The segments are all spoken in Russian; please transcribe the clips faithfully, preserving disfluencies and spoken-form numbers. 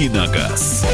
«Давиногаз».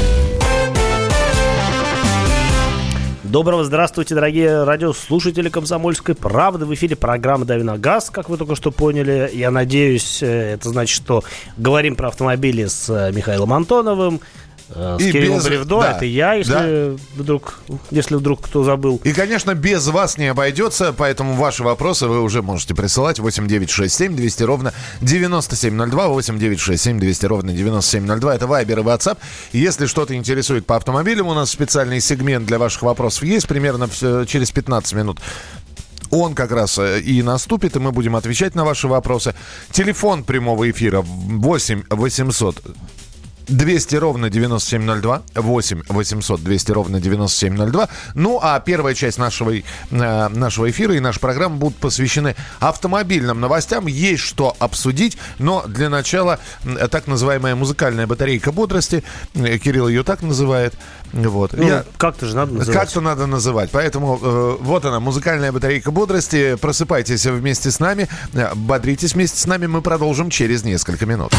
Доброго здравствуйте, дорогие радиослушатели «Комсомольской правды». В эфире программа «Давиногаз», как вы только что поняли. Я надеюсь, это значит, что говорим про автомобили с Михаилом Антоновым, с и Кириллом без... Бревдо, да. это я, если, да. вдруг, если вдруг кто забыл. И, конечно, без вас не обойдется, поэтому ваши вопросы вы уже можете присылать. восемь девятьсот шестьдесят семь двести ровно девяносто семь ноль два, восемь девятьсот шестьдесят семь двести ровно девяносто семь ноль два. Это Вайбер и WhatsApp. Если что-то интересует по автомобилям, у нас специальный сегмент для ваших вопросов есть примерно через пятнадцать минут. Он как раз и наступит, и мы будем отвечать на ваши вопросы. Телефон прямого эфира восемь восемьсот двести ровно девяносто семь ноль два, восемь восемьсот двести ровно девяносто семь ноль два. Ну, а первая часть нашего, э, нашего эфира и нашей программы будут посвящены автомобильным новостям. Есть что обсудить, но для начала э, так называемая музыкальная батарейка бодрости. Э, Кирилл ее так называет. Вот. Ну, Я... как-то же надо называть. Как-то надо называть. Поэтому э, вот она, музыкальная батарейка бодрости. Просыпайтесь вместе с нами, э, бодритесь вместе с нами. Мы продолжим через несколько минут.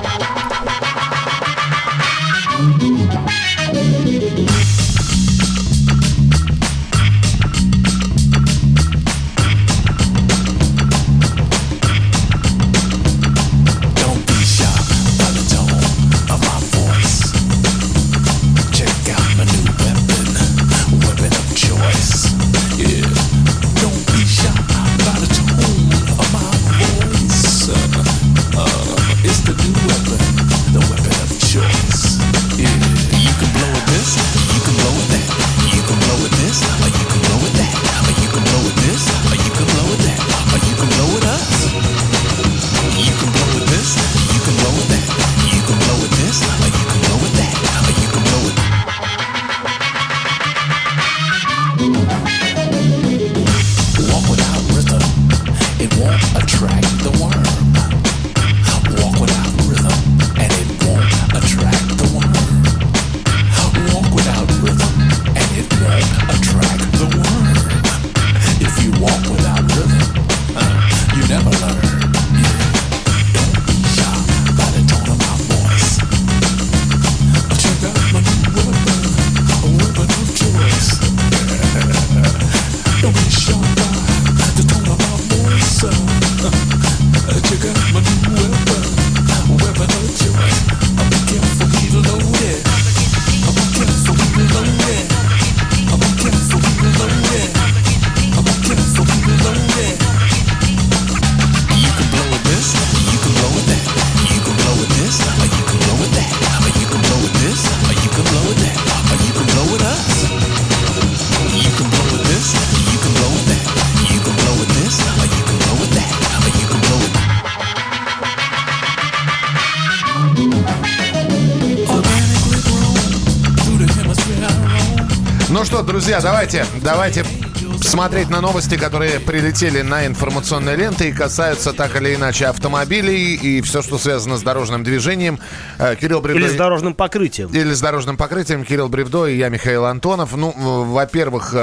Ну что, друзья, давайте, давайте смотреть на новости, которые прилетели на информационные ленты и касаются так или иначе автомобилей и все, что связано с дорожным движением. Кирилл Бревдо... Или с дорожным покрытием. Или с дорожным покрытием. Кирилл Бревдо и я, Михаил Антонов. Ну, во-первых,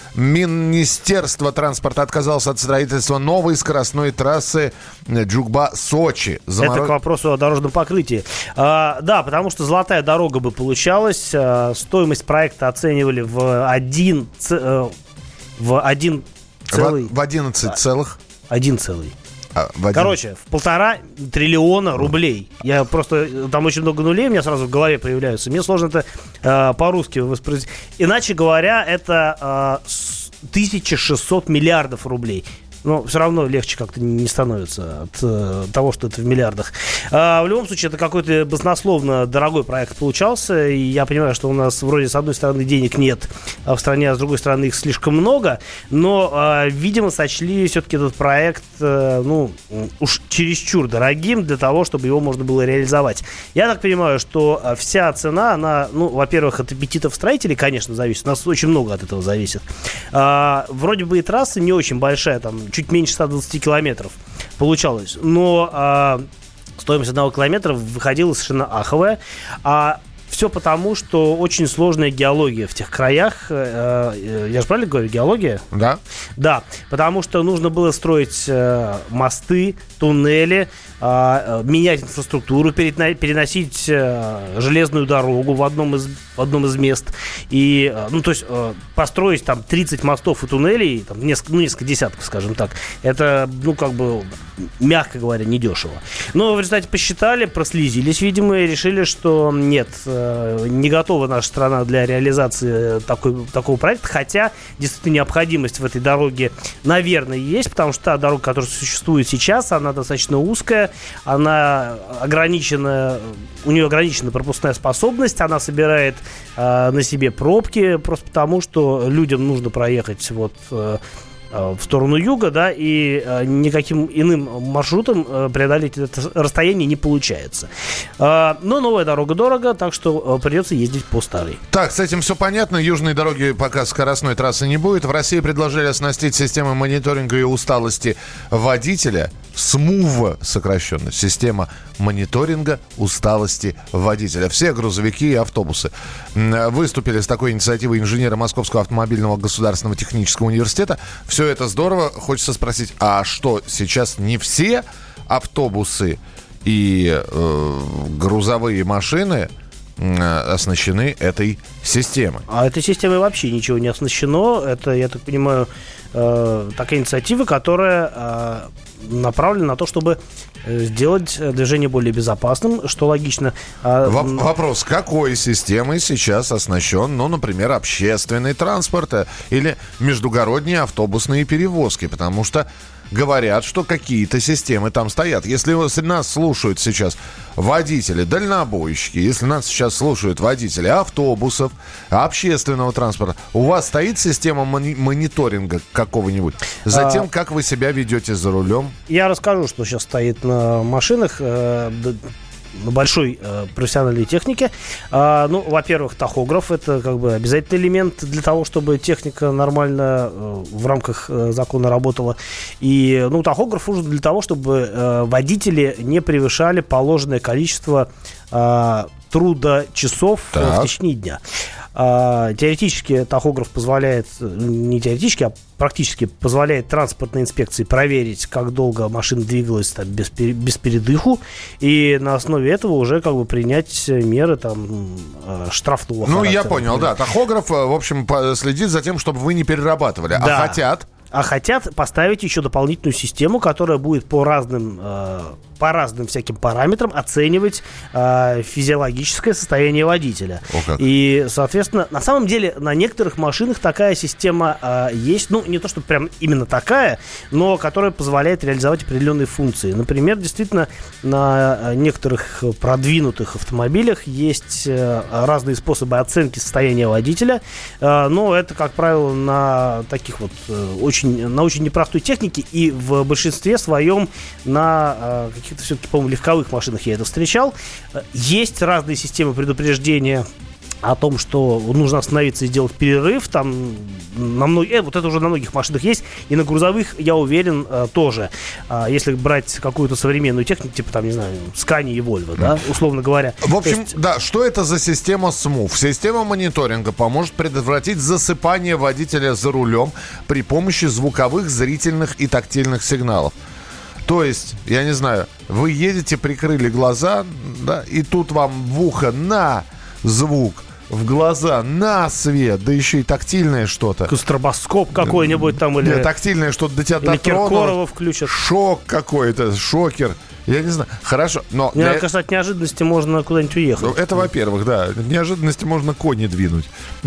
Министерство транспорта отказалось от строительства новой скоростной трассы Джугба-Сочи. Замор... Это к вопросу о дорожном покрытии. А, да, потому что золотая дорога бы получалась. А, стоимость проекта оценивали в один... Ц... В один целый... В, в одиннадцать целых? Один целый. А, в один... Короче, в полтора триллиона рублей. Я просто... Там очень много нулей у меня сразу в голове появляются. Мне сложно это э, по-русски воспроизвести. Иначе говоря, это э, тысяча шестьсот миллиардов рублей. Но все равно легче как-то не становится от э, того, что это в миллиардах. А, в любом случае, это какой-то баснословно дорогой проект получался. И я понимаю, что у нас вроде с одной стороны денег нет, а в стране, а с другой стороны их слишком много. Но, э, видимо, сочли все-таки этот проект, э, ну, уж чересчур дорогим для того, чтобы его можно было реализовать. Я так понимаю, что вся цена, она, ну, во-первых, от аппетитов строителей, конечно, зависит. У нас очень много от этого зависит. А, вроде бы и трасса не очень большая, там, чуть меньше ста двадцати километров получалось. Но а, стоимость одного километра выходила совершенно аховая. А все потому, что очень сложная геология в тех краях. Я же правильно говорю, геология? Да. Да, потому что нужно было строить мосты, туннели, менять инфраструктуру, переносить железную дорогу в одном из, в одном из мест. И, ну, то есть построить там тридцать мостов и туннелей, там, несколько, ну, несколько десятков, скажем так, это, ну, как бы, мягко говоря, недешево. Но в результате посчитали, прослезились, видимо, и решили, что нет, не готова наша страна для реализации такой, такого проекта, хотя действительно необходимость в этой дороге, наверное, есть, потому что та дорога, которая существует сейчас, она достаточно узкая, она ограничена, у нее ограничена пропускная способность, она собирает э, на себе пробки, просто потому, что людям нужно проехать вот э, в сторону юга, да, и э, никаким иным маршрутом э, преодолеть это расстояние не получается. Э, но новая дорога дорого, так что э, придется ездить по старой. Так, с этим все понятно. Южной дороги пока скоростной трассы не будет. В России предложили оснастить системой мониторинга и усталости водителя. СМУВ сокращенно. Система мониторинга усталости водителя. Все грузовики и автобусы выступили с такой инициативой инженеры Московского автомобильного государственного технического университета. Все это здорово. Хочется спросить, а что, сейчас не все автобусы и э, грузовые машины оснащены этой системой? А этой системой вообще ничего не оснащено. Это, я так понимаю, э, такая инициатива, которая э, направлена на то, чтобы сделать движение более безопасным, что логично. Воп- вопрос, какой системой сейчас оснащен, ну, например, общественный транспорт или междугородние автобусные перевозки? Потому что говорят, что какие-то системы там стоят. Если нас слушают сейчас водители, дальнобойщики, если нас сейчас слушают водители автобусов, общественного транспорта, у вас стоит система мони- мониторинга какого-нибудь за тем, как вы себя ведете за рулем? Я расскажу, что сейчас стоит на машинах, на большой э, профессиональной технике. А, ну, во-первых, тахограф — это как бы обязательный элемент для того, чтобы техника нормально э, в рамках э, закона работала. И, ну, тахограф нужен для того, чтобы э, водители не превышали положенное количество э, труда часов э, в течение дня. А, теоретически тахограф позволяет, не теоретически, а практически позволяет транспортной инспекции проверить, как долго машина двигалась там, без, без передыху, и на основе этого уже как бы принять меры там, штрафного ну, характера. Я понял, да. Тахограф, в общем, следит за тем, чтобы вы не перерабатывали. Да. А хотят... А хотят поставить еще дополнительную систему, которая будет по разным, э, по разным всяким параметрам оценивать э, физиологическое состояние водителя. И, соответственно, на самом деле на некоторых машинах такая система э, есть. Ну, не то, что прям именно такая, но которая позволяет реализовать определенные функции. Например, действительно, на некоторых продвинутых автомобилях есть э, разные способы оценки состояния водителя. Э, но это, как правило, на таких вот э, очень на очень непростой технике, и в большинстве своем на э, каких-то все-таки, по-моему, легковых машинах я это встречал. Есть разные системы предупреждения о том, что нужно остановиться и сделать перерыв. Там на мног... э, вот это уже на многих машинах есть. И на грузовых, я уверен, э, тоже. А если брать какую-то современную технику, типа, там, не знаю, Scania и Volvo, да, условно говоря. В общем, есть... да, что это за система СМУВ? Система мониторинга поможет предотвратить засыпание водителя за рулем при помощи звуковых, зрительных и тактильных сигналов. То есть, я не знаю, вы едете, прикрыли глаза, да, и тут вам в ухо на звук, в глаза на свет, да еще и тактильное что-то. Стробоскоп какой-нибудь там, или... Нет, тактильное что-то до тебя или дотронуло. Киркорова включат. Шок какой-то, шокер. Я не знаю. Хорошо, но... Мне для... кажется, от неожиданности можно куда-нибудь уехать. Ну, это, во-первых, да. От неожиданности можно кони двинуть.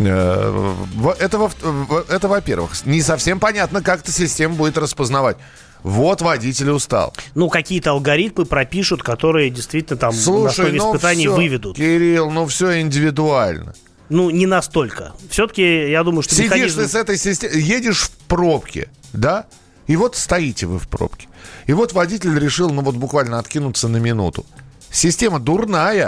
Это, во... это во-первых. Не совсем понятно, как эта система будет распознавать. Вот водитель устал. Ну, какие-то алгоритмы пропишут, которые действительно там Слушай, на основе ну испытаний все, выведут. Кирилл, ну все индивидуально. Ну, не настолько. Все-таки, я думаю, что Сидишь механизм... ты с этой системой, едешь в пробке, да? И вот стоите вы в пробке. И вот водитель решил, ну вот буквально откинуться на минуту. Система дурная.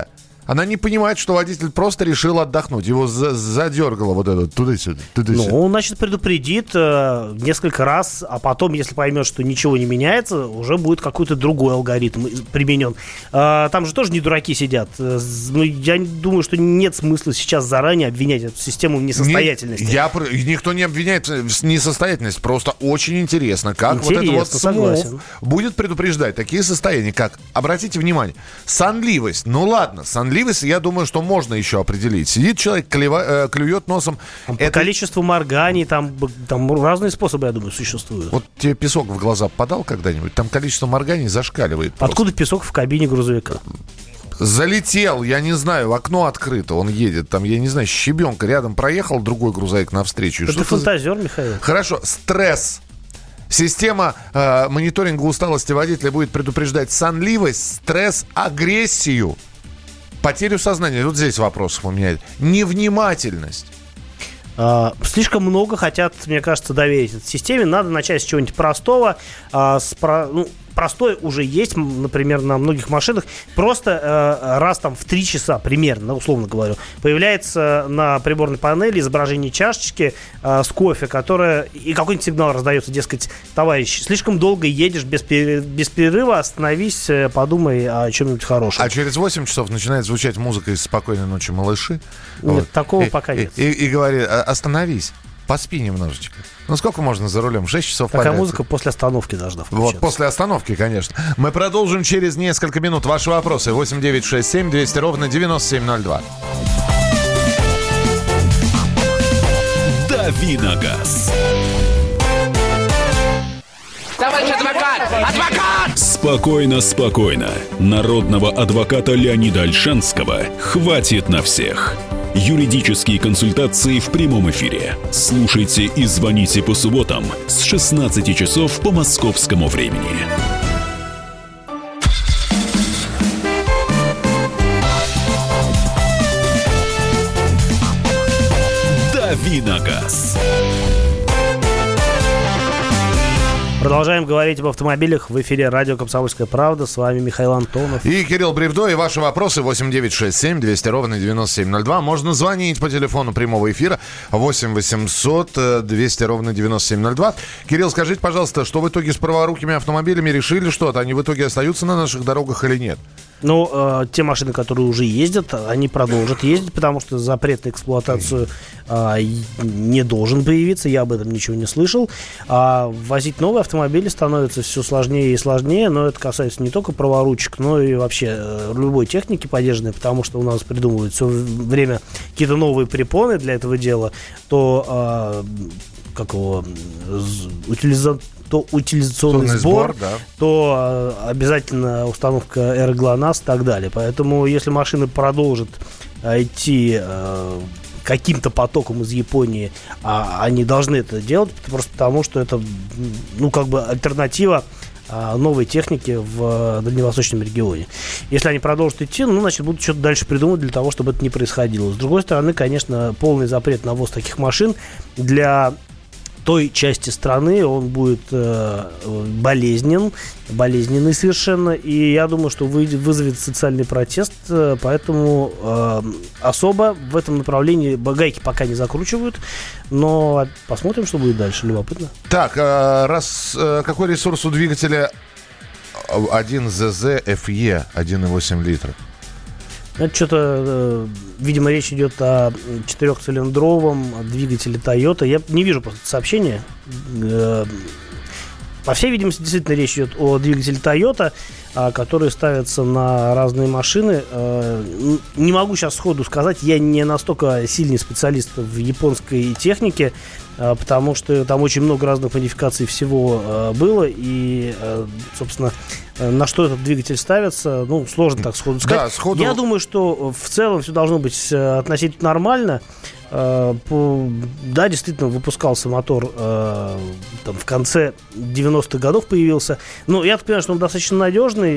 Она не понимает, что водитель просто решил отдохнуть. Его за- задергало вот это туда-сюда, туда-сюда. Ну, он, значит, предупредит э, несколько раз, а потом, если поймет, что ничего не меняется, уже будет какой-то другой алгоритм применен. Э, там же тоже не дураки сидят. Э, ну, я думаю, что нет смысла сейчас заранее обвинять эту систему в несостоятельности. Не, я, никто не обвиняет в несостоятельности. Просто очень интересно, как интересно, вот это вот СМУ будет предупреждать такие состояния, как, обратите внимание, сонливость. Ну ладно, сонливость, я думаю, что можно еще определить. Сидит человек, клева, э, клюет носом. Там это... По количеству морганий, там, там разные способы, я думаю, существуют. Вот тебе песок в глаза попадал когда-нибудь? Там количество морганий зашкаливает. Откуда просто песок в кабине грузовика? Залетел, я не знаю, окно открыто, он едет, там, я не знаю, щебенка рядом проехал, другой грузовик навстречу. Это Что фантазер, за... Михаил. Хорошо, стресс. Система э, мониторинга усталости водителя будет предупреждать сонливость, стресс, агрессию, потерю сознания. Вот здесь вопросов у меня. Невнимательность. Uh, слишком много хотят, мне кажется, доверить этой системе. Надо начать с чего-нибудь простого. Uh, с про... ну, простой уже есть, например, на многих машинах. Просто uh, раз там в три часа примерно, условно говорю, появляется на приборной панели изображение чашечки uh, с кофе, которая и какой-нибудь сигнал раздается, дескать, товарищ, слишком долго едешь без, пер... без перерыва, остановись, подумай о чем-нибудь хорошем. А через восемь часов начинает звучать музыка из «Спокойной ночи, малыши». Нет, вот. Такого и, пока нет. И, и, и говорит, остановись, поспи немножечко. Ну, сколько можно за рулем? шесть часов Такая порядка. музыка после остановки должна включаться. Вот, после остановки, конечно. Мы продолжим через несколько минут. Ваши вопросы. восемь девятьсот шестьдесят семь двести ровно девяносто семь ноль два. Давиногаз. Товарищ адвокат! Адвокат! Спокойно, спокойно. Народного адвоката Леонида Ольшанского хватит на всех. Юридические консультации в прямом эфире. Слушайте и звоните по субботам с шестнадцати часов по московскому времени. Давиногаз. Продолжаем говорить об автомобилях в эфире радио «Комсомольская правда». С вами Михаил Антонов. И Кирилл Бревдо. И ваши вопросы восемь девятьсот шестьдесят семь двести ровно девяносто семь ноль два. Можно звонить по телефону прямого эфира восемь восемьсот двести ровно девяносто семь ноль два. Кирилл, скажите, пожалуйста, что в итоге с праворукими автомобилями решили что-то? Они в итоге остаются на наших дорогах или нет? Ну, э, те машины, которые уже ездят, они продолжат ездить, потому что запрет на эксплуатацию э, не должен появиться, я об этом ничего не слышал. А возить новые автомобили становится все сложнее и сложнее, но это касается не только праворучек, но и вообще э, любой техники подержанной, потому что у нас придумывают все время какие-то новые препоны для этого дела, то э, как его, утилиза... то утилизационный сбор, сбор да. то э, обязательно установка ЭРО-ГЛОНАСС и так далее. Поэтому, если машина продолжит э, идти э, каким-то потоком из Японии, а они должны это делать, просто потому, что это, ну, как бы альтернатива э, новой техники в э, дальневосточном регионе. Если они продолжат идти, ну, значит, будут что-то дальше придумывать для того, чтобы это не происходило. С другой стороны, конечно, полный запрет на ввоз таких машин для той части страны, он будет э, болезнен, болезненный совершенно, и я думаю, что вы, вызовет социальный протест, э, поэтому э, особо в этом направлении гайки пока не закручивают, но посмотрим, что будет дальше, любопытно. Так, э, раз э, какой ресурс у двигателя один зэ зэ эф и один и восемь литра? Это что-то, э, видимо, речь идет о четырехцилиндровом двигателе Toyota. Я не вижу просто сообщения. Э, по всей видимости, действительно речь идет о двигателе Toyota, э, который ставится на разные машины. Э, не могу сейчас сходу сказать, я не настолько сильный специалист в японской технике, э, потому что там очень много разных модификаций всего э, было. И, э, собственно, на что этот двигатель ставится, ну, сложно так сходу сказать. Да, сходу... Я думаю, что в целом все должно быть относительно нормально. Да, действительно, выпускался мотор там, в конце девяностых годов появился. Но я так понимаю, что он достаточно надежный.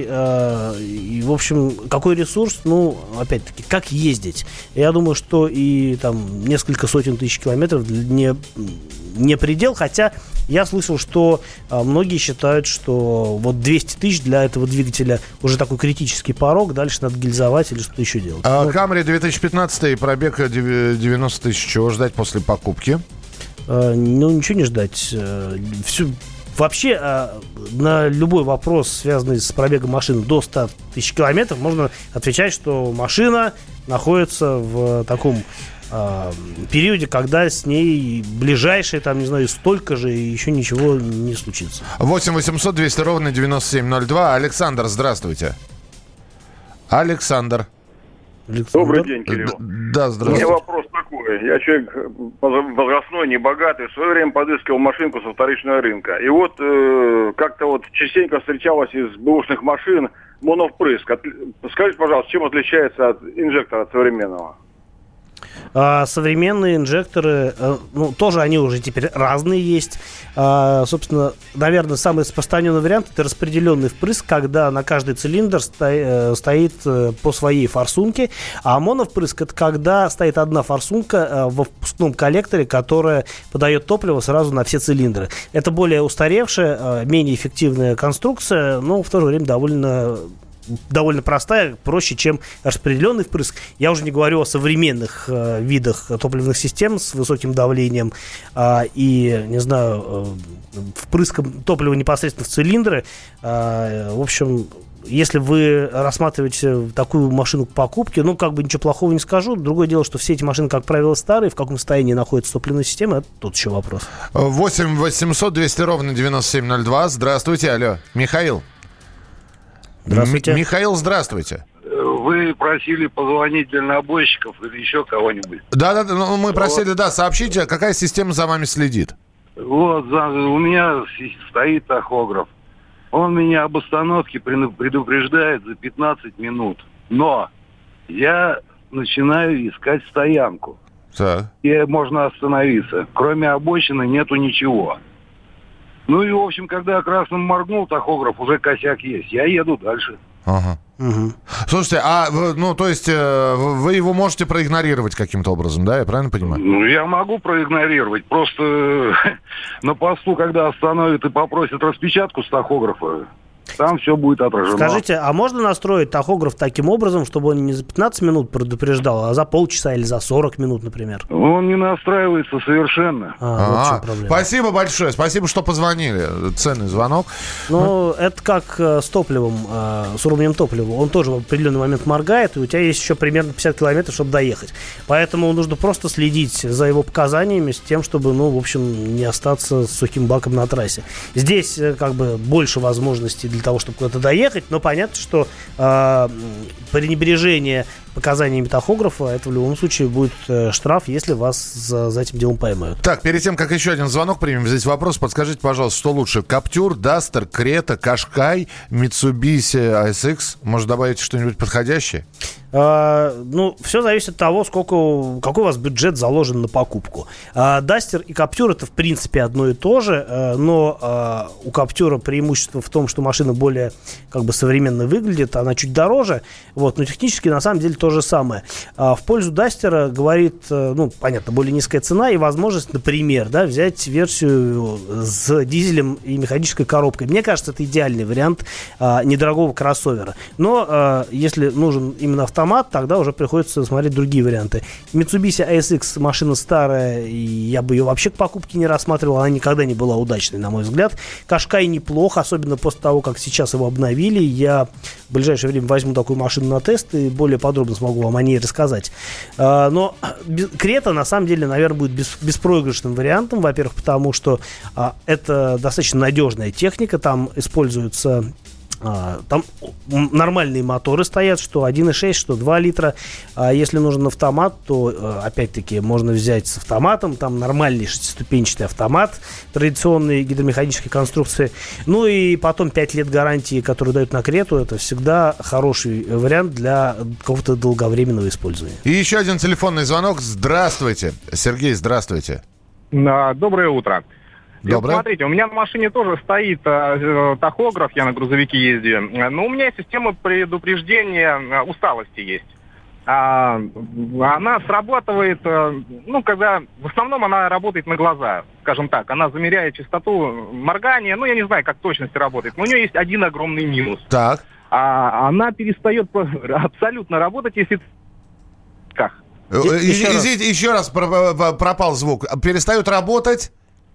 И, в общем, какой ресурс? Ну, опять-таки, как ездить? Я думаю, что и там несколько сотен тысяч километров не, не предел. Хотя Я слышал, что а, многие считают, что вот двести тысяч для этого двигателя уже такой критический порог, дальше надо гильзовать или что-то еще делать. А, ну, Камри две тысячи пятнадцатый, пробег девяносто тысяч. Чего ждать после покупки? а, ну, ничего не ждать. Всю... Вообще, а, на любой вопрос, связанный с пробегом машины до ста тысяч километров, можно отвечать, что машина находится в таком а, периоде, когда с ней ближайшие, там, не знаю, столько же, и еще ничего не случится. восемь восемьсот двести ровно девяносто семь ноль два. Александр, здравствуйте. Александр. Александр. Добрый день, Кирилл. Да, У здравствуйте. меня вопрос такой. Я человек возрастной, небогатый. В свое время подыскивал машинку со вторичного рынка. И вот э, как-то вот частенько встречалась из бэушных машин моновпрыск. От... Скажите, пожалуйста, чем отличается от инжектора от современного? А, современные инжекторы, а, ну, тоже они уже теперь разные есть. А, собственно, наверное, самый распространенный вариант — это распределенный впрыск, когда на каждый цилиндр сто, стоит по своей форсунке. А моновпрыск — это когда стоит одна форсунка во впускном коллекторе, которая подает топливо сразу на все цилиндры. Это более устаревшая, менее эффективная конструкция, но в то же время довольно... довольно простая, проще, чем распределенный впрыск. Я уже не говорю о современных э, видах топливных систем с высоким давлением э, и, не знаю, э, впрыском топлива непосредственно в цилиндры. Э, в общем, если вы рассматриваете такую машину к покупке, ну, как бы ничего плохого не скажу. Другое дело, что все эти машины, как правило, старые. В каком состоянии находится топливная система, это тут еще вопрос. восемь восемьсот двести ровно девяносто семь ноль два. Здравствуйте, алло. Михаил. Здравствуйте. М- Михаил, здравствуйте. Вы просили позвонить дальнобойщиков или еще кого-нибудь. Да-да-да, ну, мы просили, да, сообщите, какая система за вами следит. Вот, за, у меня стоит тахограф. Он меня об остановке предупреждает за пятнадцать минут. Но я начинаю искать стоянку, Так. где можно остановиться. Кроме обочины нету ничего. Ну и, в общем, когда я красным моргнул, тахограф, уже косяк есть. Я еду дальше. Ага. Угу. Слушайте, а, ну, то есть, э, вы его можете проигнорировать каким-то образом, да, я правильно понимаю? Ну, я могу проигнорировать. Просто на посту, когда остановят и попросят распечатку с тахографа, там все будет отражено. Скажите, а можно настроить тахограф таким образом, чтобы он не за пятнадцать минут предупреждал, а за полчаса или за сорок минут, например? Он не настраивается совершенно. А, вот в чем А, проблема. спасибо большое, спасибо, что позвонили. Ценный звонок. Ну, это как э, с топливом, э, с уровнем топлива. Он тоже в определенный момент моргает, и у тебя есть еще примерно пятьдесят километров, чтобы доехать. Поэтому нужно просто следить за его показаниями с тем, чтобы, ну, в общем, не остаться с сухим баком на трассе. Здесь э, как бы больше возможностей для того, чтобы куда-то доехать, но понятно, что э, пренебрежение показаниями тахографа, это в любом случае будет э, штраф, если вас за, за этим делом поймают. Так, перед тем, как еще один звонок примем, здесь вопрос. Подскажите, пожалуйста, что лучше? Каптюр, Дастер, Крета, Кашкай, Mitsubishi эй эс икс? Может, добавить что-нибудь подходящее? А, ну, все зависит от того, сколько, какой у вас бюджет заложен на покупку. А, Дастер и Каптюр — это, в принципе, одно и то же, а, но а, у Каптюра преимущество в том, что машина более как бы современно выглядит, она чуть дороже, вот, но технически, на самом деле, то же самое. А, в пользу Дастера говорит, ну, понятно, более низкая цена и возможность, например, да, взять версию с дизелем и механической коробкой. Мне кажется, это идеальный вариант а, недорогого кроссовера. Но а, если нужен именно автомат, тогда уже приходится смотреть другие варианты. Mitsubishi эй эс икс машина старая, и я бы ее вообще к покупке не рассматривал, она никогда не была удачной, на мой взгляд. Кашкай неплохо, особенно после того, как сейчас его обновили. Я в ближайшее время возьму такую машину на тест и более подробно смогу вам о ней рассказать. А, но Крета, на самом деле, наверное, будет без, беспроигрышным вариантом, во-первых, потому что а, это достаточно надежная техника, там используются А, там нормальные моторы стоят, что один и шесть, что два литра. А если нужен автомат, то, опять-таки, можно взять с автоматом. Там нормальный шестиступенчатый автомат традиционной гидромеханической конструкции. Ну и потом пять лет гарантии, которые дают на Крету. Это всегда хороший вариант для какого-то долговременного использования. И еще один телефонный звонок. Здравствуйте. Сергей, здравствуйте. Доброе утро. Доброе. Вот смотрите, у меня в машине тоже стоит э, тахограф, я на грузовике ездил, но у меня система предупреждения усталости есть. а, она срабатывает, э, ну, когда... В основном она работает на глаза, скажем так. Она замеряет частоту моргания. Ну, я не знаю, как точности работает. Но у нее есть один огромный минус. Так. А, она перестает абсолютно работать, если... Как? Еще Извините, раз. еще раз пропал звук. Перестают работать?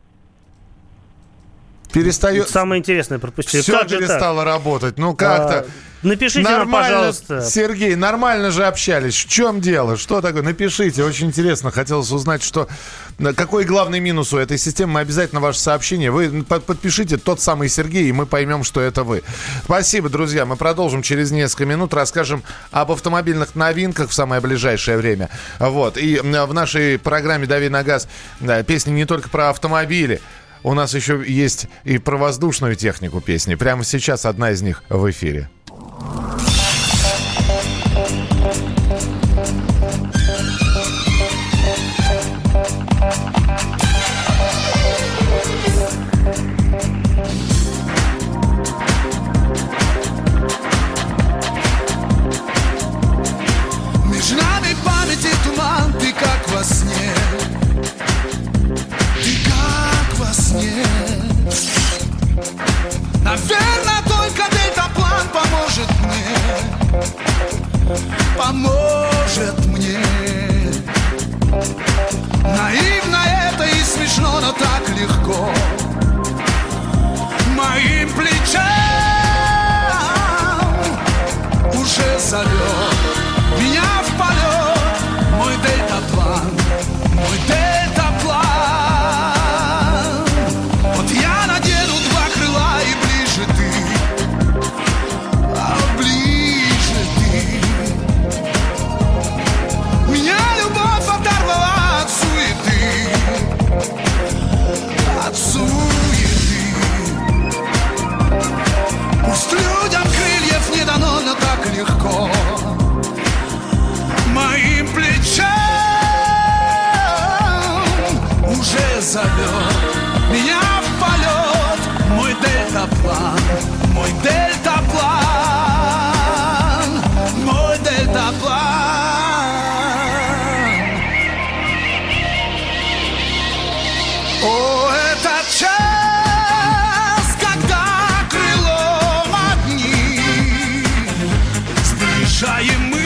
Перестает... Самое интересное пропустили. Все как перестало работать. Ну, как-то... А, напишите нам, пожалуйста. Сергей, нормально же общались. В чем дело? Что такое? Напишите. Очень интересно. Хотелось узнать, что... Какой главный минус у этой системы? Мы обязательно ваше сообщение. Вы подпишите тот самый Сергей, и мы поймем, что это вы. Спасибо, друзья. Мы продолжим через несколько минут. Расскажем об автомобильных новинках в самое ближайшее время. Вот. И в нашей программе «Дави на газ» песни не только про автомобили. У нас еще есть и про воздушную технику песни. Прямо сейчас одна из них в эфире. Между нами памяти туман, ты как во сне. Наверное, только дельтаплан поможет мне, поможет мне. Наивно это и смешно, но так легко. Моим плечам уже зовет меня в полет мой дельтаплан, мой дельтаплан. Вот я надену два крыла и ближе ты, а ближе ты. Меня любовь оторвала от суеты, от суеты. Пусть людям крыльев не дано, но так легко. Моим плечам уже зовет меня в полет мой дельтаплан, мой дельтаплан, мой дельтаплан. О, этот час, когда крылом одни сближаем мы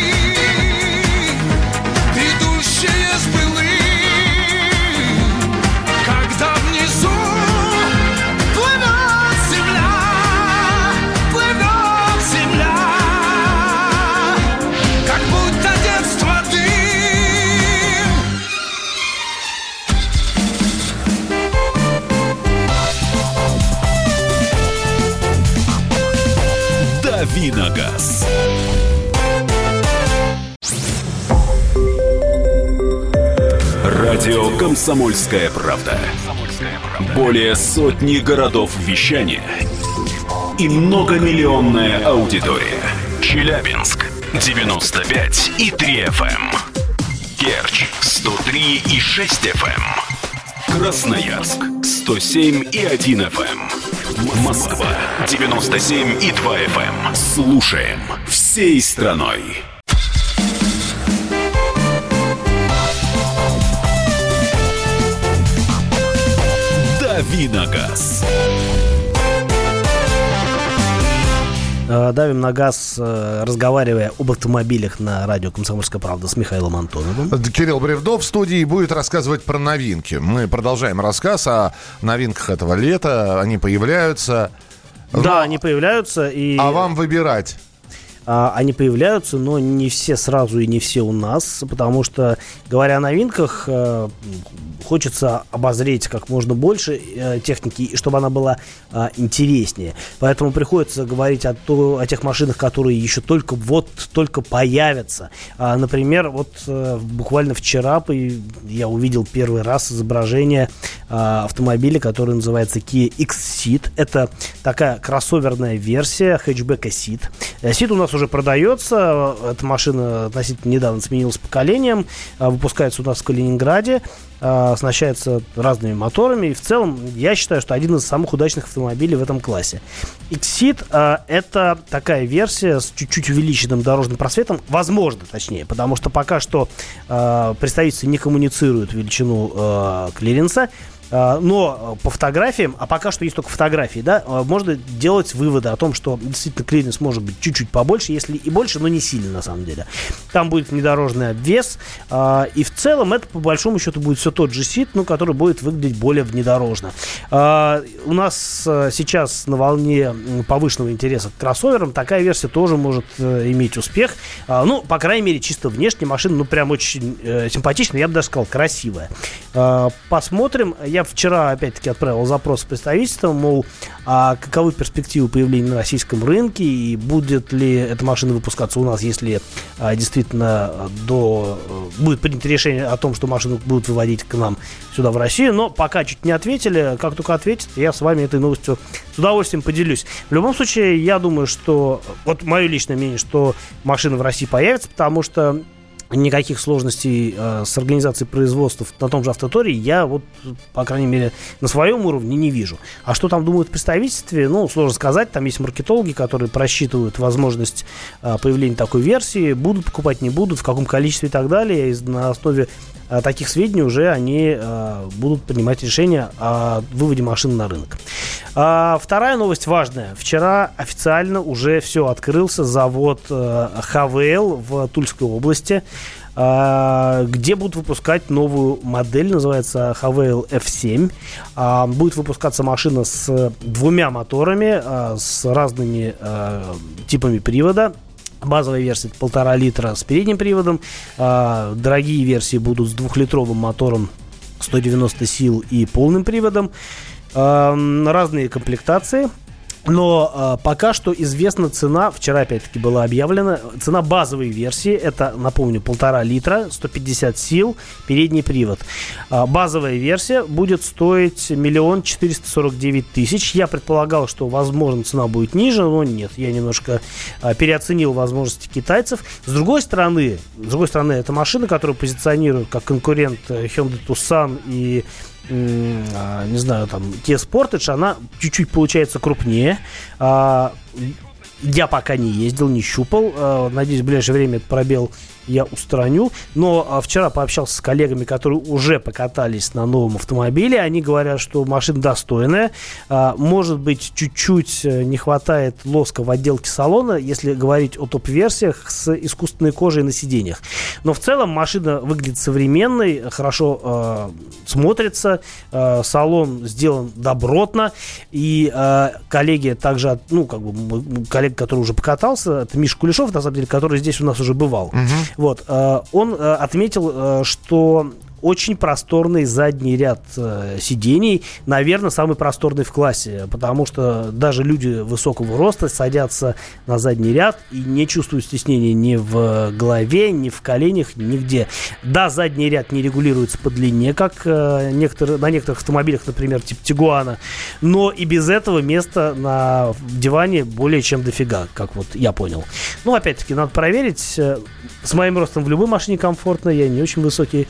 ведущие с былым, когда внизу плывет земля, плывет земля, как будто детство дым. «Дави на газ». Радио «Комсомольская правда». Более сотни городов вещания и многомиллионная аудитория. Челябинск девяносто пять и три эф эм, Керчь сто три и шесть эф эм, Красноярск сто семь и один эф эм, Москва девяносто семь и два эф эм. Слушаем всей страной. «Дави на газ». Давим на газ, разговаривая об автомобилях на радио «Комсомольская правда» с Михаилом Антоновым. Кирилл Бревдов в студии будет рассказывать про новинки. Мы продолжаем рассказ о новинках этого лета. Они появляются. Да, но... они появляются. И... А вам выбирать. Они появляются, но не все сразу и не все у нас, потому что, говоря о новинках, хочется обозреть как можно больше техники, чтобы она была интереснее. Поэтому приходится говорить о, то, о тех машинах, которые еще только вот только появятся. Например, вот буквально вчера я увидел первый раз изображение автомобиля, который называется Kia X-Ceed. Это такая кроссоверная версия хэтчбека Ceed. Ceed у нас уже продается. Эта машина относительно недавно сменилась поколением. Выпускается у нас в Калининграде. э, оснащается разными моторами. И в целом, я считаю, что один из самых удачных автомобилей в этом классе. Exceed э, это такая версия с чуть-чуть увеличенным дорожным просветом. Возможно, точнее, потому что пока что э, представители не коммуницируют величину э, клиренса. Но по фотографиям, а пока что есть только фотографии, да, можно делать выводы о том, что действительно клиренс может быть чуть-чуть побольше, если и больше, но не сильно на самом деле. Там будет внедорожный обвес, и в целом это по большому счету будет все тот же сит, но который будет выглядеть более внедорожно. У нас сейчас на волне повышенного интереса к кроссоверам такая версия тоже может иметь успех. Ну, по крайней мере, чисто внешне машина, ну, прям очень симпатичная, я бы даже сказал, красивая. Посмотрим. Я вчера, опять-таки, отправил запрос в представительство, мол, а каковы перспективы появления на российском рынке, и будет ли эта машина выпускаться у нас, если а, действительно до, будет принято решение о том, что машину будут выводить к нам сюда, в Россию. Но пока чуть не ответили. Как только ответят, я с вами этой новостью с удовольствием поделюсь. В любом случае, я думаю, что... Вот мое личное мнение, что машина в России появится, потому что никаких сложностей э, с организацией производства на том же Автоторе я вот, по крайней мере, на своем уровне не вижу. А что там думают в представительстве, ну, сложно сказать. Там есть маркетологи, которые просчитывают возможность э, появления такой версии. Будут покупать, не будут, в каком количестве и так далее. И на основе э, таких сведений уже они э, будут принимать решение о выводе машин на рынок. А, вторая новость важная. Вчера официально уже все открылся завод э, эйч ви эл в Тульской области, э, где будут выпускать новую модель, называется эйч ви эл эф семь. Э, будет выпускаться машина с двумя моторами, э, с разными э, типами привода. Базовая версия — полтора литра с передним приводом. Э, дорогие версии будут с двухлитровым мотором сто девяносто сил и полным приводом. Разные комплектации. Но э, пока что известна цена, вчера опять-таки была объявлена, цена базовой версии, это, напомню, полтора литра, сто пятьдесят сил, передний привод. Э, базовая версия будет стоить миллион четыреста сорок девять тысяч. Я предполагал, что, возможно, цена будет ниже, но нет, я немножко э, переоценил возможности китайцев. С другой стороны, с другой стороны, это машина, которую позиционируют как конкурент Hyundai Tucson и не знаю, там, Kia Sportage, она чуть-чуть получается крупнее. Я пока не ездил, не щупал. Надеюсь, в ближайшее время этот пробел я устраню. Но вчера пообщался с коллегами, которые уже покатались на новом автомобиле. Они говорят, что машина достойная. Может быть, чуть-чуть не хватает лоска в отделке салона, если говорить о топ-версиях с искусственной кожей на сиденьях. Но в целом машина выглядит современной, хорошо э, смотрится. Э, салон сделан добротно. И э, коллеги также, ну, как бы, коллега, который уже покатался, это Миша Кулешов, на самом деле, который здесь у нас уже бывал. Uh-huh. Вот, э, он э, отметил, э, что очень просторный задний ряд э, сидений, наверное, самый просторный в классе, потому что даже люди высокого роста садятся на задний ряд и не чувствуют стеснения ни в голове, ни в коленях, нигде. Да, задний ряд не регулируется по длине, как э, некоторые, на некоторых автомобилях, например, типа Тигуана, но и без этого места на диване более чем дофига, как вот я понял. Ну, опять-таки, надо проверить. С моим ростом в любой машине комфортно, я не очень высокий.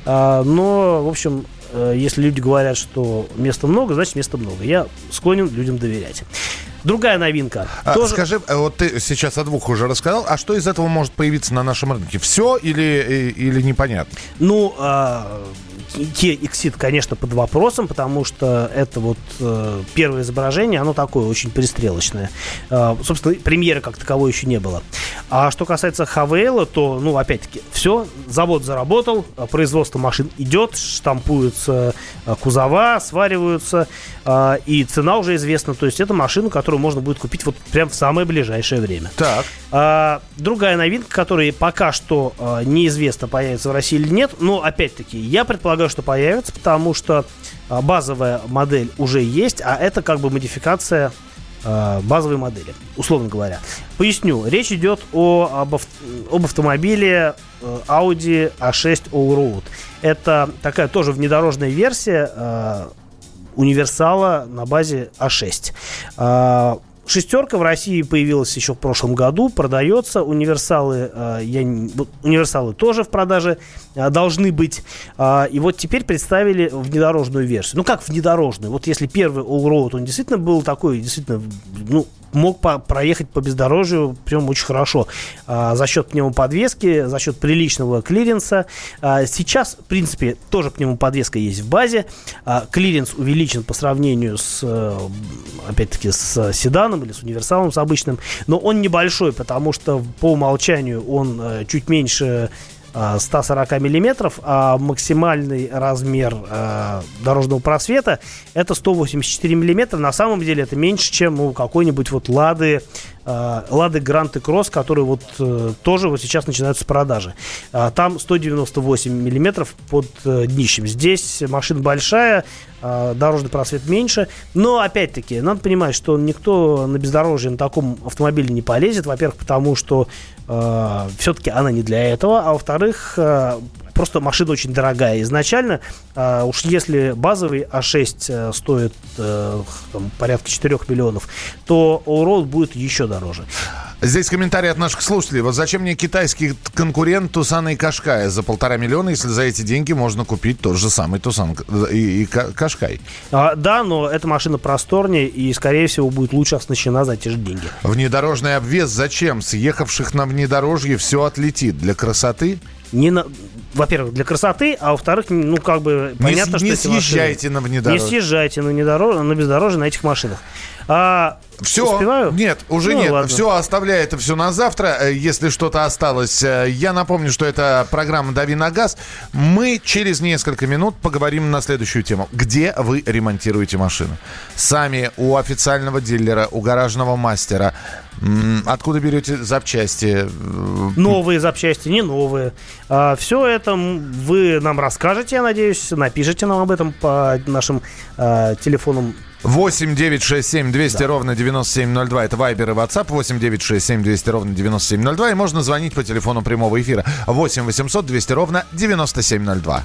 Но, в общем, если люди говорят, что места много, значит места много. Я склонен людям доверять. Другая новинка. А, тоже... Скажи, вот ты сейчас о двух уже рассказал, а что из этого может появиться на нашем рынке? Все или, или непонятно? Ну, а... Kia Exceed, конечно, под вопросом, потому что это вот э, первое изображение, оно такое очень пристрелочное. Э, собственно, премьеры как таковой еще не было. А что касается эйч ви эл, то, ну, опять-таки, все, завод заработал, производство машин идет, штампуются э, кузова, свариваются, э, и цена уже известна. То есть это машина, которую можно будет купить вот прям в самое ближайшее время. Так. Э, другая новинка, которая пока что э, неизвестно, появится в России или нет, но, опять-таки, я предполагаю, что появится, потому что а, базовая модель уже есть, а это как бы модификация а, базовой модели, условно говоря. Поясню, речь идет о, об, об автомобиле а, Audi а шесть Allroad. Это такая тоже внедорожная версия а, универсала на базе а шесть. А, шестерка в России появилась еще в прошлом году, продается. Универсалы, э, я, универсалы тоже в продаже э, должны быть. Э, и вот теперь представили внедорожную версию. Ну, как внедорожную? Вот если первый Allroad, он действительно был такой, действительно, ну, мог по- проехать по бездорожью прям очень хорошо. А, за счет пневмоподвески, за счет приличного клиренса. А, сейчас, в принципе, тоже пневмоподвеска есть в базе. А, клиренс увеличен по сравнению с, опять-таки, с седаном или с универсалом, с обычным. Но он небольшой, потому что по умолчанию он чуть меньше сто сорок миллиметров, а максимальный размер э, дорожного просвета это сто восемьдесят четыре миллиметра. На самом деле это меньше, чем у какой-нибудь вот Лады, э, Лады Грант и Кросс, которые вот э, тоже вот сейчас начинаются с продажи. Э, там сто девяносто восемь миллиметров под э, днищем. Здесь машина большая, э, дорожный просвет меньше, но опять-таки надо понимать, что никто на бездорожье на таком автомобиле не полезет. Во-первых, потому что э, все-таки она не для этого, а во-вторых, просто машина очень дорогая изначально. А уж если базовый а шесть стоит там, порядка четырех миллионов, то Allroad будет еще дороже. Здесь комментарий от наших слушателей. Вот зачем мне китайский конкурент Тусана и Кашкая за полтора миллиона, если за эти деньги можно купить тот же самый Тусан и, и Кашкай? А, да, но эта машина просторнее и, скорее всего, будет лучше оснащена за те же деньги. Внедорожный обвес зачем? Съехавших на внедорожье все отлетит. Для красоты? Не на... Во-первых, для красоты, а во-вторых, ну, как бы, не понятно, с... что... Не съезжайте машины... на внедорожье. Не съезжайте на, внедорож... на бездорожье на этих машинах. А... Все, успеваю? Нет, уже ну, нет. Ладно. Все, оставляй это все на завтра, если что-то осталось. Я напомню, что это программа «Дави на газ». Мы через несколько минут поговорим на следующую тему. Где вы ремонтируете машину? Сами, у официального дилера, у гаражного мастера. Откуда берете запчасти? Новые запчасти, не новые. А, все это вы нам расскажете, я надеюсь. Напишите нам об этом по нашим а, телефонам. восемь девятьсот шестьдесят семь двести да. ровно девяносто семь ноль два. Это Вайбер и WhatsApp. восемь девятьсот шестьдесят семь двести ровно девяносто семь ноль два. И можно звонить по телефону прямого эфира восемь восемьсот двести ровно девяносто семь ноль два.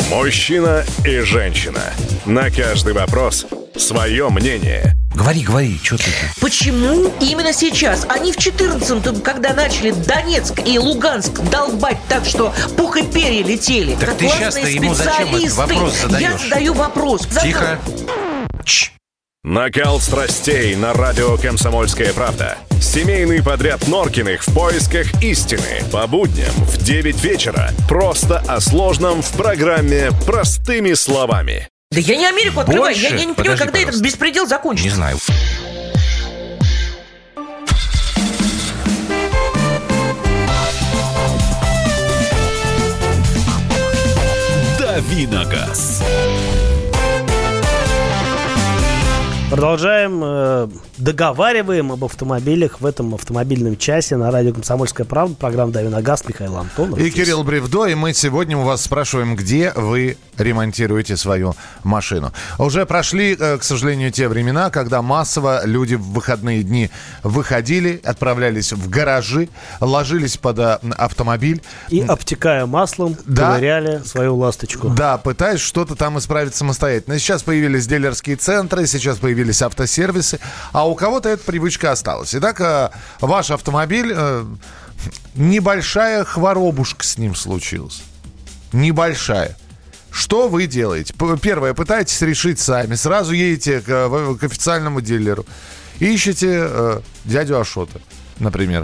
Мужчина и женщина. На каждый вопрос свое мнение. Говори, говори, что ты... Почему именно сейчас? Они в четырнадцатом, когда начали Донецк и Луганск долбать так, что пух и перья летели. Так ты сейчас-то ему зачем этот вопрос задаешь? Я задаю вопрос. Тихо. Чш. Накал страстей на радио «Комсомольская правда». Семейный подряд Норкиных в поисках истины. По будням в девять вечера. Просто о сложном в программе «Простыми словами». Да я не Америку открываю. Больше? Я, я не понимаю, Подожди, когда пожалуйста. этот беспредел закончится. Не знаю. «Дави на газ». Продолжаем, э, договариваем об автомобилях в этом автомобильном часе на радио «Комсомольская правда». Программа «Дави на газ», Михаил Антонов. И Кирилл Бревдо, и мы сегодня у вас спрашиваем, где вы ремонтируете свою машину. Уже прошли, э, к сожалению, те времена, когда массово люди в выходные дни выходили, отправлялись в гаражи, ложились под э, автомобиль. И, обтекая маслом, Да. ковыряли свою ласточку. Да, пытаясь что-то там исправить самостоятельно. Сейчас появились дилерские центры, сейчас появились автосервисы, а у кого-то эта привычка осталась. Итак, э, ваш автомобиль, э, небольшая хворобушка с ним случилась. Небольшая. Что вы делаете? П- Первое, пытаетесь решить сами. Сразу едете к, в- к официальному дилеру. Ищете э, дядю Ашота, например.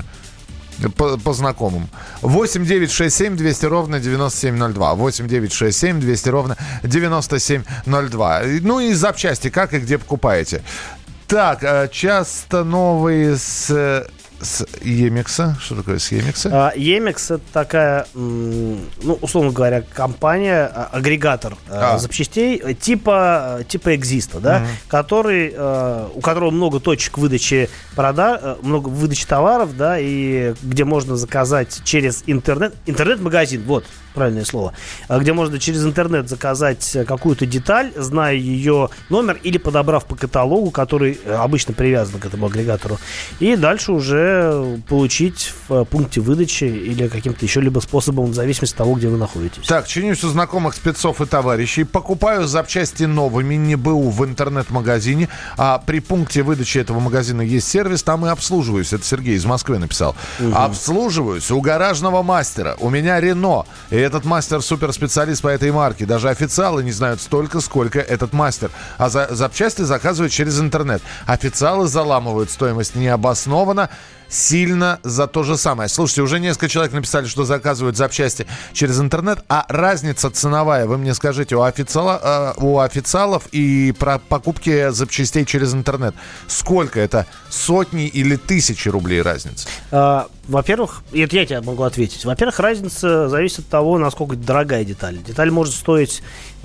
По, по знакомым. восемь девять шесть семь двести ровно девяносто семь ноль два. восемь девять шесть семь двести ровно девяносто семь ноль два. Ну и запчасти, как и где покупаете. Так, э, часто новые с... С Емекса. Что такое с Емекса? А, Емекс — это такая, м, ну, условно говоря, компания, а, агрегатор а, А. запчастей э, типа, типа Экзиста, да, Мгм. который, э, у которого много точек выдачи продаж, э, много выдачи товаров, да, и где можно заказать через интернет, интернет-магазин, вот правильное слово, а, где можно через интернет заказать э, какую-то деталь, зная ее номер или подобрав по каталогу, который э, обычно привязан к этому агрегатору, и дальше уже получить в э, пункте выдачи или каким-то еще либо способом, в зависимости от того, где вы находитесь. Так, чинюсь у знакомых спецов и товарищей. Покупаю запчасти новыми, не БУ в интернет-магазине. А при пункте выдачи этого магазина есть сервис, там и обслуживаюсь. Это Сергей из Москвы написал. Угу. Обслуживаюсь у гаражного мастера. У меня Рено. И этот мастер суперспециалист по этой марке. Даже официалы не знают столько, сколько этот мастер. А за запчасти заказывают через интернет. Официалы заламывают стоимость необоснованно. Сильно за то же самое. Слушайте, уже несколько человек написали, что заказывают запчасти через интернет, а разница ценовая, вы мне скажите, у, официала, э, у официалов и про покупки запчастей через интернет, сколько это? Сотни или тысячи рублей разница? А, во-первых, это я тебе могу ответить. Во-первых, разница зависит от того, насколько дорогая деталь. Деталь может стоить,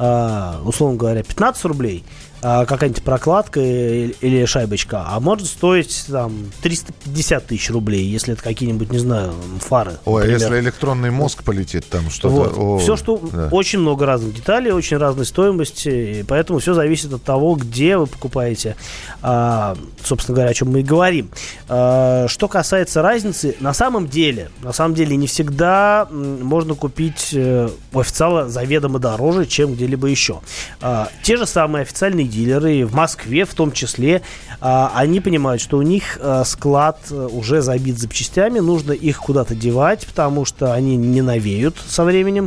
а, условно говоря, пятнадцать рублей, а, какая-нибудь прокладка или, или шайбочка, а может стоить там триста пятьдесят тысяч рублей, если это какие-нибудь, не знаю, фары. Ой, например. если электронный мозг полетит, там что-то... Вот. О, все, что да. очень много разных деталей, очень разной стоимости, и поэтому все зависит от того, где вы покупаете. А, собственно говоря, о чем мы и говорим. А, что касается разницы, на самом деле, на самом деле не всегда м, можно купить э, у официала заведомо дороже, чем где-либо еще. А, те же самые официальные дилеры в Москве, в том числе, а, они понимают, что у них а, склад уже забит запчастями, нужно их куда-то девать, потому что они не новеют со временем,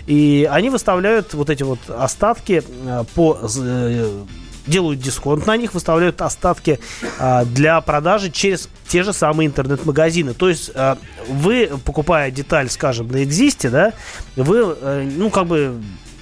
и они выставляют вот эти вот остатки а, по... э, делают дисконт на них, выставляют остатки а, для продажи через те же самые интернет-магазины. То есть а, вы, покупая деталь, скажем, на Экзисте, да, вы, а, ну, как бы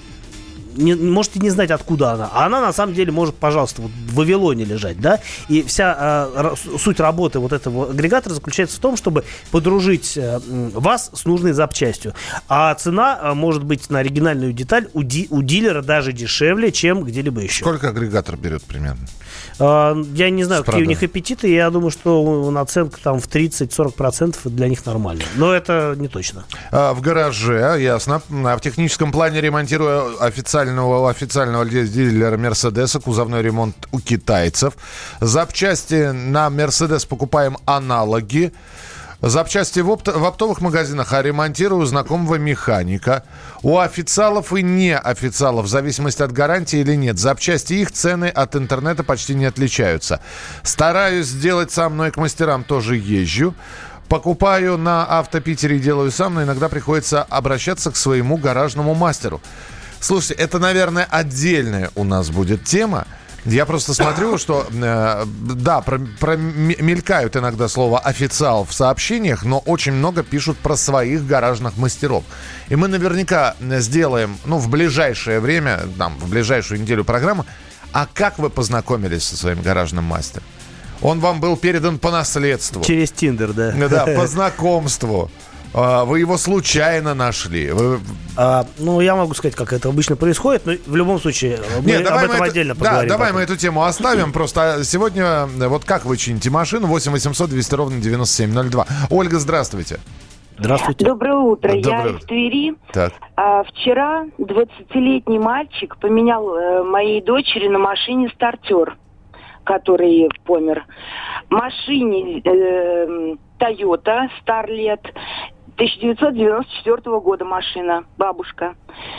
не, можете не знать, откуда она. А она, на самом деле, может, пожалуйста, вот в Вавилоне лежать, да? И вся а, суть работы вот этого агрегатора заключается в том, чтобы подружить а, вас с нужной запчастью. А цена а, может быть на оригинальную деталь у, ди, у дилера даже дешевле, чем где-либо еще. Сколько агрегатор берет примерно? А, я не знаю, С какие продаж. у них аппетиты. Я думаю, что наценка там в тридцать-сорок процентов для них нормально. Но это не точно. А, в гараже, ясно. А в техническом плане ремонтирую официального, официального дилера Мерседеса, кузовной ремонт у китайцев. Запчасти на Мерседес покупаем аналоги. Запчасти в, опт- в оптовых магазинах, а ремонтирую знакомого механика. У официалов и неофициалов, в зависимости от гарантии или нет. Запчасти их, цены от интернета почти не отличаются. Стараюсь сделать сам, но и к мастерам тоже езжу. Покупаю на Автопитере и делаю сам, но иногда приходится обращаться к своему гаражному мастеру. Слушайте, это, наверное, отдельная у нас будет тема. Я просто смотрю, что, э, да, про, про, мелькают иногда слово «официал» в сообщениях, но очень много пишут про своих гаражных мастеров. И мы наверняка сделаем, ну, в ближайшее время, там, в ближайшую неделю программы, а как вы познакомились со своим гаражным мастером? Он вам был передан по наследству. Через Тиндер, да. Да, по знакомству. Вы его случайно нашли? Вы... А, ну, я могу сказать, как это обычно происходит, но в любом случае мы Нет, об этом это... отдельно да, поговорим. давай потом. мы эту тему оставим. Просто сегодня, вот как вы чините машину? восемь восемьсот двести ровно девяносто семь ноль два. Ольга, здравствуйте. Здравствуйте. Доброе утро. Доброе. Я из Твери. Так. А, вчера двадцатилетний мальчик поменял э, моей дочери на машине стартер, который помер. Машине э, Toyota Starlet тысяча девятьсот девяносто четвёртого года машина, бабушка.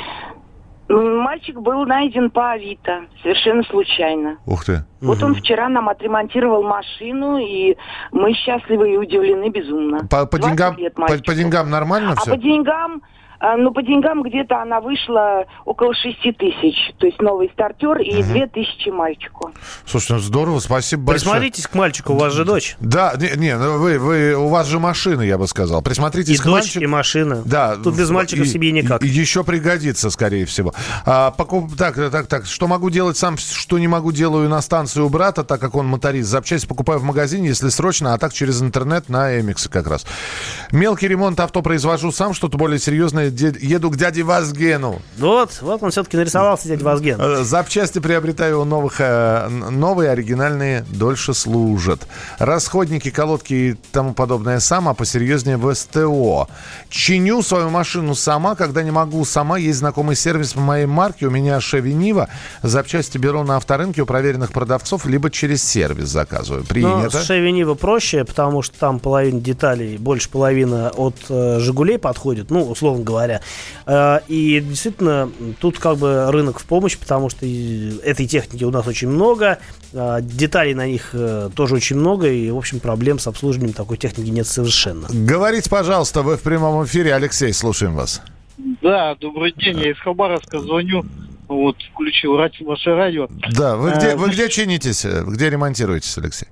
Мальчик был найден по Авито, совершенно случайно. Ух ты. Вот Угу. он вчера нам отремонтировал машину, и мы счастливы и удивлены безумно. По, по, деньгам, лет по, по деньгам нормально а все? по деньгам, а, ну, по деньгам где-то она вышла около шести тысяч. То есть новый стартер и Угу. две тысячи мальчику. Слушай, ну здорово, спасибо большое. Присмотритесь к мальчику, у вас же дочь. Да, не, не ну вы, вы, у вас же машина, я бы сказал. Присмотритесь И к дочь, мальчику. и машина. Да. Тут без мальчика в семье никак. И, еще пригодится, скорее всего. А, покуп... так, так, так. Что могу делать сам, что не могу, делаю на станции у брата, так как он моторист. Запчасти покупаю в магазине, если срочно, а так через интернет на Эмиксе как раз. Мелкий ремонт авто произвожу сам, что-то более серьезное. Еду к дяде Вазгену. Вот, вот он все-таки нарисовался, дядя Вазген. Запчасти приобретаю у новых, новые, оригинальные, дольше служат. Расходники, колодки и тому подобное сам, а посерьезнее в СТО. Чиню свою машину сама, когда не могу сама. Есть знакомый сервис по моей марке, у меня Chevy Niva. Запчасти беру на авторынке у проверенных продавцов, либо через сервис заказываю. Принято. Но с Chevy Niva проще, потому что там половина деталей, больше половины от э, Жигулей подходит, ну, условно говоря. Э, и действительно, тут как бы рынок в помощь, потому что этой техники у нас очень много, э, деталей на них э, тоже очень много, и, в общем, проблем с обслуживанием такой техники нет совершенно. Говорите, пожалуйста, вы в прямом эфире. Алексей, слушаем вас. Да, добрый день, я из Хабаровска звоню. Вот, включил радио, ваше радио. Да, вы где, А, вы где чинитесь, где ремонтируетесь, Алексей?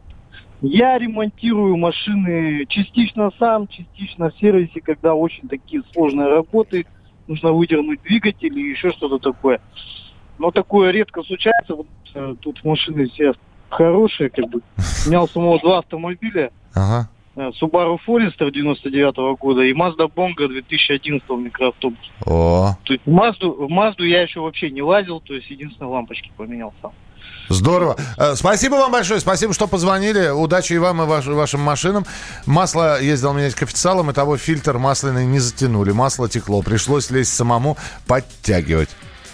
Я ремонтирую машины частично сам, частично в сервисе, когда очень такие сложные работы. Нужно выдернуть двигатель или еще что-то такое. Но такое редко случается. Вот, э, тут машины все хорошие, как бы. У меня у самого два автомобиля. Ага. Subaru Forester девяносто девятого года и Mazda Bongo две тысячи одиннадцатого микроавтобус. О. То есть в Mazda, в Mazda я еще вообще не лазил, то есть единственное лампочки поменял сам. Здорово. Спасибо вам большое. Спасибо, что позвонили. Удачи и вам, и ваш, вашим машинам. Масло ездил менять к официалам, и того фильтр масляный не затянули. Масло текло. Пришлось лезть самому подтягивать.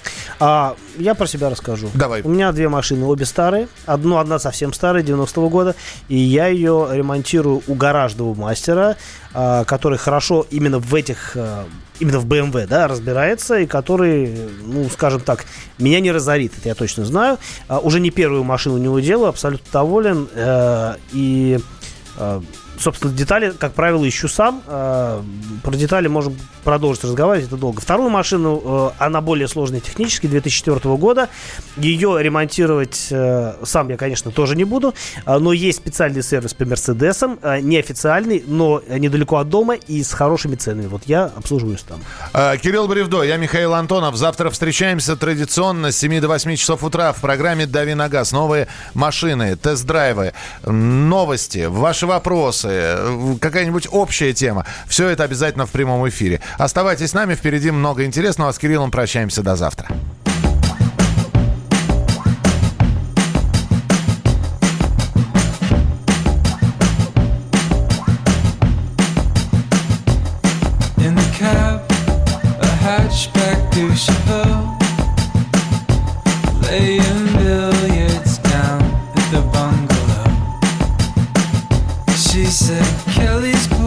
А, я про себя расскажу. Давай. У меня две машины, обе старые. Одну, одна совсем старая, девяностого года. И я ее ремонтирую у гаражного мастера, а, который хорошо именно в этих, а, именно в бэ эм вэ, да, разбирается. И который, ну, скажем так, меня не разорит, это я точно знаю. А, уже не первую машину у него делаю, абсолютно доволен. А, и... А, собственно, детали, как правило, ищу сам. Про детали можем продолжить разговаривать, это долго. Вторую машину, она более сложная технически, две тысячи четвёртого года. Ее ремонтировать сам я, конечно, тоже не буду. Но есть специальный сервис по Мерседесам, неофициальный, но недалеко от дома и с хорошими ценами. Вот я обслуживаюсь там. Кирилл Бревдо, я Михаил Антонов. Завтра встречаемся традиционно с семи до восьми часов утра в программе «Дави на газ». Новые машины, тест-драйвы, новости, ваши вопросы, какая-нибудь общая тема. Все это обязательно в прямом эфире. Оставайтесь с нами, впереди много интересного. С Кириллом прощаемся до завтра. She said, Kelly's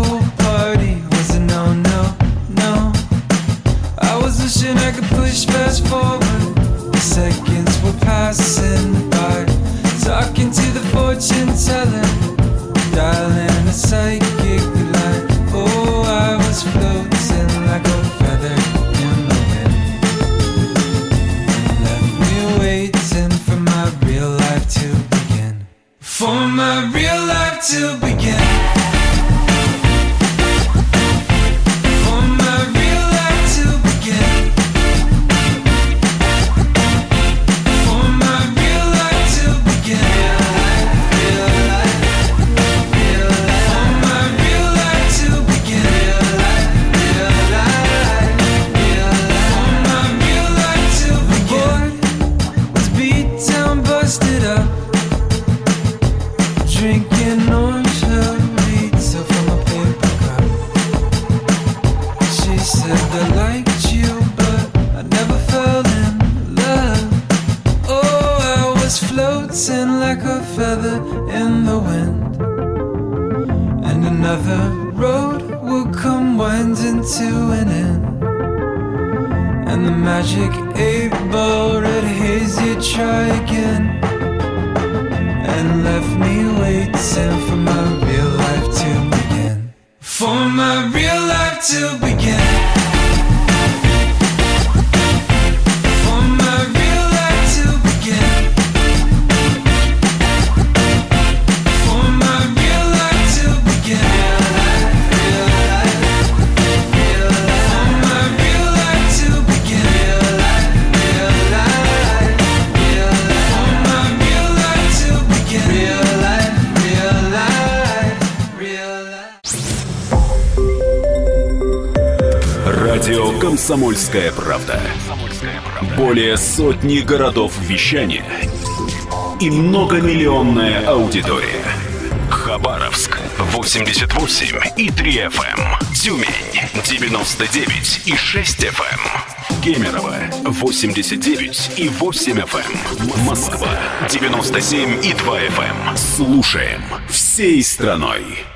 wishing I could push fast forward. The seconds were passing by, talking to the fortune teller, dialing a psychic line. Oh, I was floating like a feather in the wind, and left me waiting for my real life to begin. For my real life to begin. Like a feather in the wind, and another road will come winding to an end, and the magic eight ball red haze you try again, and left me waiting for my real life to begin. For my real life to begin. Радио «Комсомольская правда». Более сотни городов вещания и многомиллионная аудитория. Хабаровск восемьдесят восемь и три эф эм, Тюмень девяносто девять и шесть эф эм, Кемерово восемьдесят девять и восемь эф эм, Москва девяносто семь и два эф эм. Слушаем всей страной.